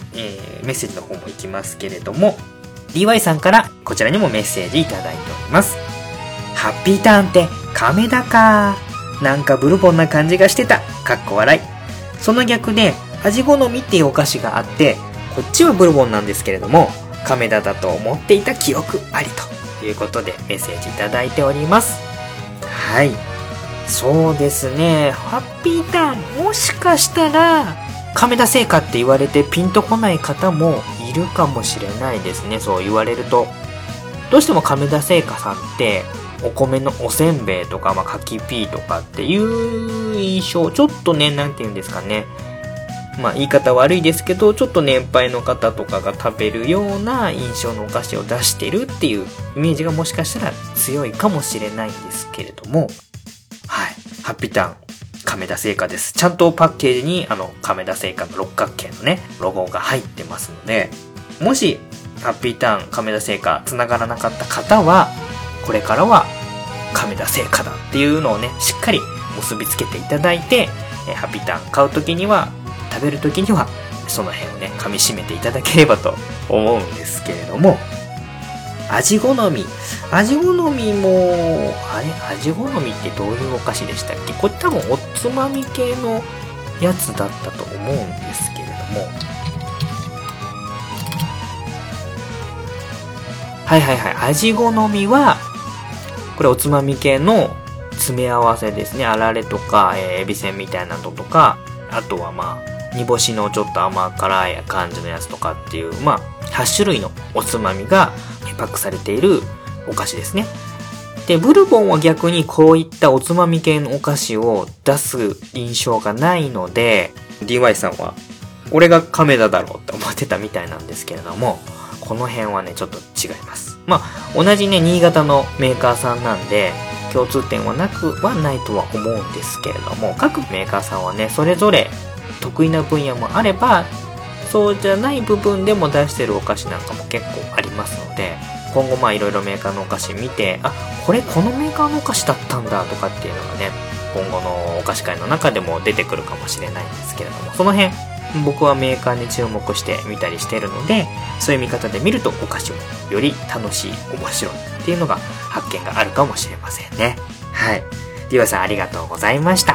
B: えー、メッセージの方もいきますけれども、ディーワイ さんからこちらにもメッセージいただいております。ハッピーターンって亀田か。なんかブルボンな感じがしてた。かっこ笑い。その逆で、味好みっていうお菓子があって、こっちはブルボンなんですけれども、亀田だと思っていた記憶ありということでメッセージいただいております。はい。そうですね。ハッピーターン、もしかしたら、亀田製菓って言われてピンとこない方もいるかもしれないですね。そう言われると。どうしても亀田製菓さんって、お米のおせんべいとか、まあ、柿ピーとかっていう印象、ちょっとね、なんて言うんですかね。まあ、言い方悪いですけど、ちょっと年配の方とかが食べるような印象のお菓子を出してるっていうイメージがもしかしたら強いかもしれないんですけれども、はい。ハッピーターン、亀田製菓です。ちゃんとパッケージに、あの、亀田製菓の六角形のね、ロゴが入ってますので、もし、ハッピーターン、亀田製菓、繋がらなかった方は、これからは亀田製菓だっていうのをね、しっかり結びつけていただいて、えハッピーターン買うときには、食べるときには、その辺をね、噛み締めていただければと思うんですけれども、味好み。味好みも、あれ味好みってどういうお菓子でしたっけ？これ多分おつまみ系のやつだったと思うんですけれども、はいはいはい。味好みは、これおつまみ系の詰め合わせですね。あられとか、えー、エビせんみたいなのとか、あとはまあ、煮干しのちょっと甘辛い感じのやつとかっていう、まあ、はち種類のおつまみがパックされているお菓子ですね。で、ブルボンは逆にこういったおつまみ系のお菓子を出す印象がないので、ディーワイ さんは、俺が亀田だろうって思ってたみたいなんですけれども、この辺はね、ちょっと違います。まあ、同じね、新潟のメーカーさんなんで、共通点はなくはないとは思うんですけれども、各メーカーさんはね、それぞれ得意な分野もあれば、そうじゃない部分でも出してるお菓子なんかも結構ありますので、今後まあいろいろメーカーのお菓子見て、あ、これこのメーカーのお菓子だったんだとかっていうのがね、今後のお菓子界の中でも出てくるかもしれないんですけれども、その辺、僕はメーカーに注目して見たりしてるので、そういう見方で見るとお菓子もより楽しい、面白いっていうのが発見があるかもしれませんね。はい。ディワさんありがとうございました。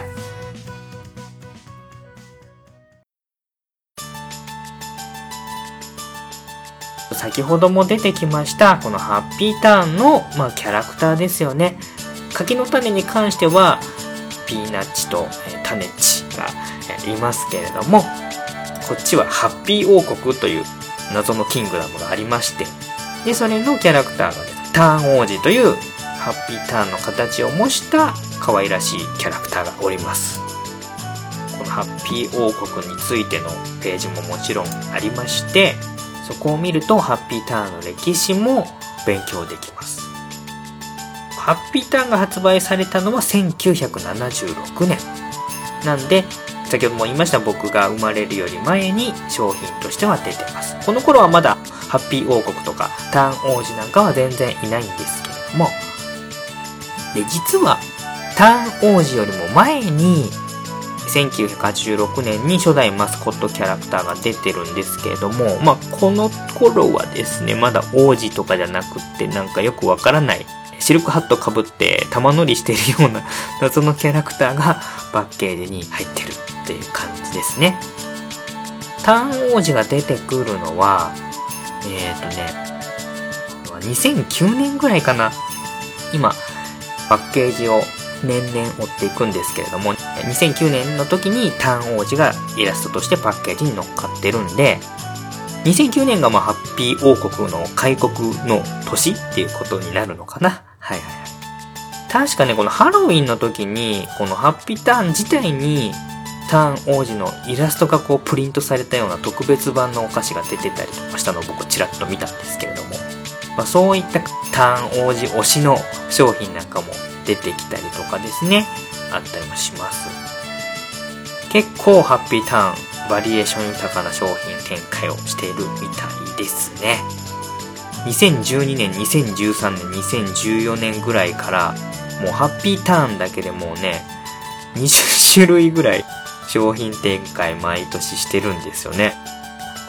B: 先ほども出てきましたこのハッピーターンの、まあ、キャラクターですよね。柿の種に関してはピーナッチと、えー、タネッチが、えー、いますけれども、こっちはハッピー王国という謎のキングダムがありまして、でそれのキャラクターが、ね、ターン王子というハッピーターンの形を模した可愛らしいキャラクターがおります。このハッピー王国についてのページももちろんありまして、そこを見るとハッピーターンの歴史も勉強できます。ハッピーターンが発売されたのはせんきゅうひゃくななじゅうろくねんなんで、先ほども言いました僕が生まれるより前に商品としては出てます。この頃はまだハッピー王国とかターン王子なんかは全然いないんですけれども、で実はターン王子よりも前にせんきゅうひゃくはちじゅうろくねんに初代マスコットキャラクターが出てるんですけれども、まあこの頃はですね、まだ王子とかじゃなくってなんかよくわからないシルクハットかぶって玉乗りしてるような謎のキャラクターがパッケージに入ってるっていう感じですね。ターン王子が出てくるのはえーとねにせんきゅうねんぐらいかな。今パッケージを年々追っていくんですけれども、にせんきゅうねんの時にターン王子がイラストとしてパッケージに乗っかってるんで、にせんきゅうねんがまあハッピー王国の開国の年っていうことになるのかな。はいはいはい。確かね、このハロウィンの時にこのハッピーターン自体にターン王子のイラストがこうプリントされたような特別版のお菓子が出てたりとかしたのを僕ちらっと見たんですけれども、まあ、そういったターン王子推しの商品なんかも出てきたりとかですね、あったりもします。結構ハッピーターンバリエーション豊かな商品展開をしているみたいですね。にせんじゅうにねん、にせんじゅうさんねん、にせんじゅうよねんぐらいからもうハッピーターンだけでもうねにじゅっしゅるいぐらい商品展開毎年してるんですよね。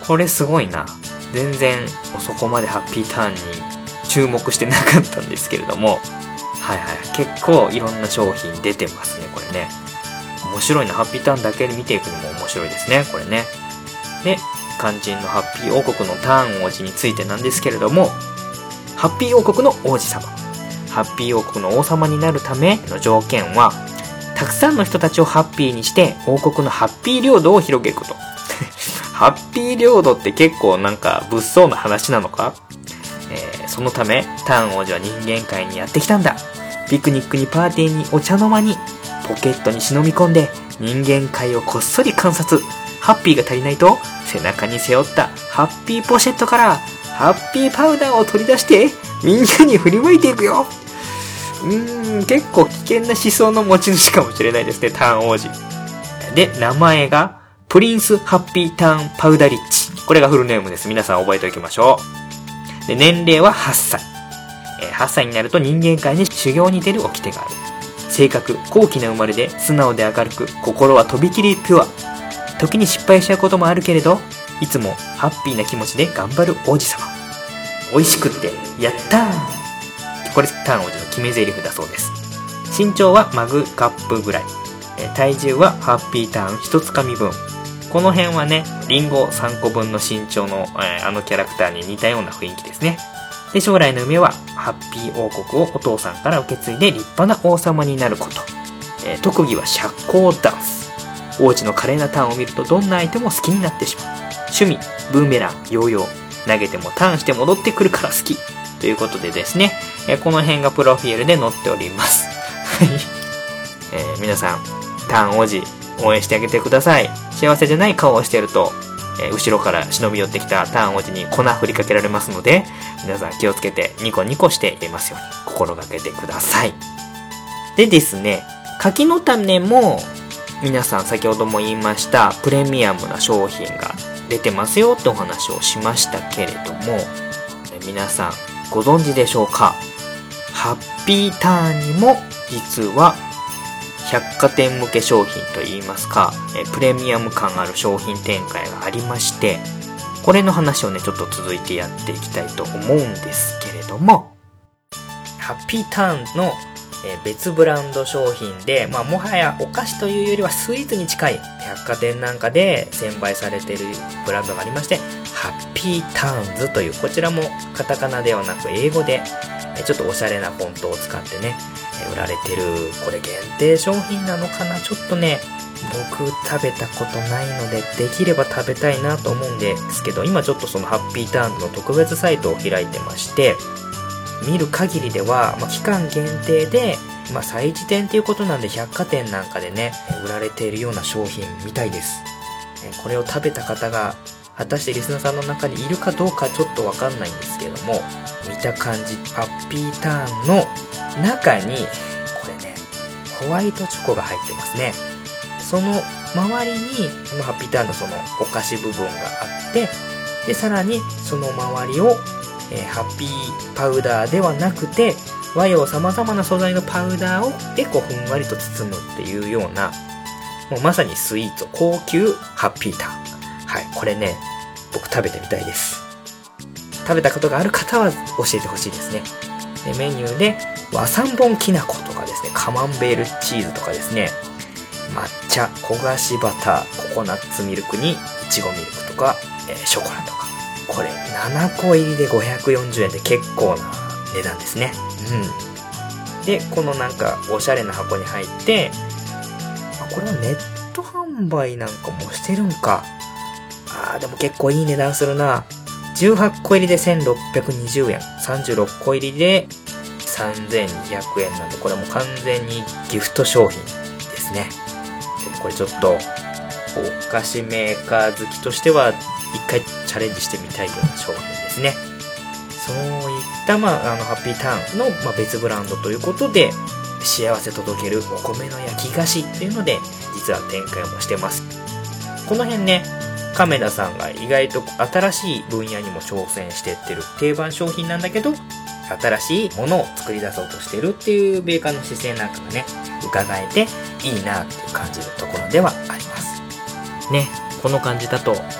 B: これすごいな。全然そこまでハッピーターンに注目してなかったんですけれども、はいはい、結構いろんな商品出てますね、これね。面白いな。ハッピーターンだけで見ていくのも面白いですね、これね。で、肝心のハッピー王国のターン王子についてなんですけれども、ハッピー王国の王子様。ハッピー王国の王様になるための条件は、たくさんの人たちをハッピーにして王国のハッピー領土を広げること。ハッピー領土って結構なんか物騒な話なのか、えー、そのためターン王子は人間界にやってきたんだ。ピクニックにパーティーにお茶の間にポケットに忍び込んで人間界をこっそり観察。ハッピーが足りないと背中に背負ったハッピーポシェットからハッピーパウダーを取り出してみんなに振りまいていくよ。うーん、結構危険な思想の持ち主かもしれないですね、ターン王子。で、名前がプリンスハッピーターンパウダリッチ。これがフルネームです。皆さん覚えておきましょう。で、年齢ははっさい。えー、はっさいになると人間界に修行に出る掟がある。性格、高貴な生まれで素直で明るく、心はとびきりピュア。時に失敗しちゃうこともあるけれど、いつもハッピーな気持ちで頑張る王子様。美味しくってやったー。これターン王子の決め台詞だそうです。身長はマグカップぐらい。えー、体重はハッピーターンひとつかみぶん。この辺はね、リンゴさんこぶんの身長の、えー、あのキャラクターに似たような雰囲気ですね。で、将来の夢はハッピー王国をお父さんから受け継いで立派な王様になること。えー、特技は社交ダンス。王子の華麗なターンを見るとどんな相手も好きになってしまう。趣味、ブーメラン、ヨーヨー。投げてもターンして戻ってくるから好き。ということでですね、えー、この辺がプロフィールで載っております。えー、皆さん、ターン王子応援してあげてください。幸せじゃない顔をしていると、えー、後ろから忍び寄ってきたターン王子に粉振りかけられますので、皆さん気をつけてニコニコしていますように心がけてください。でですね、柿の種も皆さん先ほども言いましたプレミアムな商品が出てますよってお話をしましたけれども、えー、皆さんご存知でしょうか。ハッピーターンにも実は百貨店向け商品といいますか、えプレミアム感ある商品展開がありまして、これの話をねちょっと続いてやっていきたいと思うんですけれども、ハッピーターンの別ブランド商品で、まあもはやお菓子というよりはスイーツに近い百貨店なんかで専売されているブランドがありまして、ハッピーターンズという、こちらもカタカナではなく英語でちょっとおしゃれなフォントを使ってね売られてる、これ限定商品なのかな。ちょっとね僕食べたことないのでできれば食べたいなと思うんですけど、今ちょっとそのハッピーターンの特別サイトを開いてまして、見る限りでは、まあ、期間限定で、まあ、催事店っていうことなんで百貨店なんかでね売られているような商品みたいです。これを食べた方が果たしてリスナーさんの中にいるかどうかちょっとわかんないんですけども、見た感じハッピーターンの中にこれねホワイトチョコが入ってますね。その周りにハッピーターンのそのお菓子部分があって、でさらにその周りを、えー、ハッピーパウダーではなくて和洋様々な素材のパウダーをでこうふんわりと包むっていうような、もうまさにスイーツ高級ハッピーターン。はい、これね僕食べてみたいです。食べたことがある方は教えてほしいですね。でメニューで和三本きな粉とかですね、カマンベールチーズとかですね、抹茶、焦がしバター、ココナッツミルクにいちごミルクとか、えー、ショコラとか、これななこ入りでごひゃくよんじゅうえんで結構な値段ですね。うん。でこのなんかおしゃれな箱に入って、あ、これはネット販売なんかもしてるんか。あーでも結構いい値段するな。じゅうはちこ入りでせんろっぴゃくにじゅうえん、さんじゅうろっこ入りでさんぜんにひゃくえんなんで、これも完全にギフト商品ですね。でこれちょっとお菓子メーカー好きとしては一回チャレンジしてみたいような商品ですね。そういったまああのハッピーターンの、まあ、別ブランドということで、幸せ届けるお米の焼き菓子っていうので実は展開もしてます。この辺ね亀田さんが意外と新しい分野にも挑戦してってる定番商品なんだけど、新しいものを作り出そうとしてるっていうメーカーの姿勢なんかがね伺えていいなっていう感じるところではありますね。この感じだと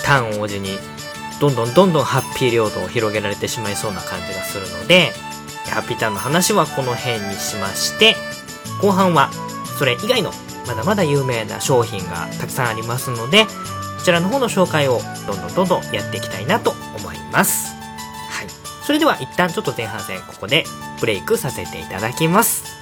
B: ターン王子にどんどんどんどんハッピー領土を広げられてしまいそうな感じがするので、ハッピーターンの話はこの辺にしまして、後半はそれ以外のまだまだ有名な商品がたくさんありますので、こちらの方の紹介をどんどんどんどんやっていきたいなと思います。はい。それでは一旦ちょっと前半戦ここでブレイクさせていただきます。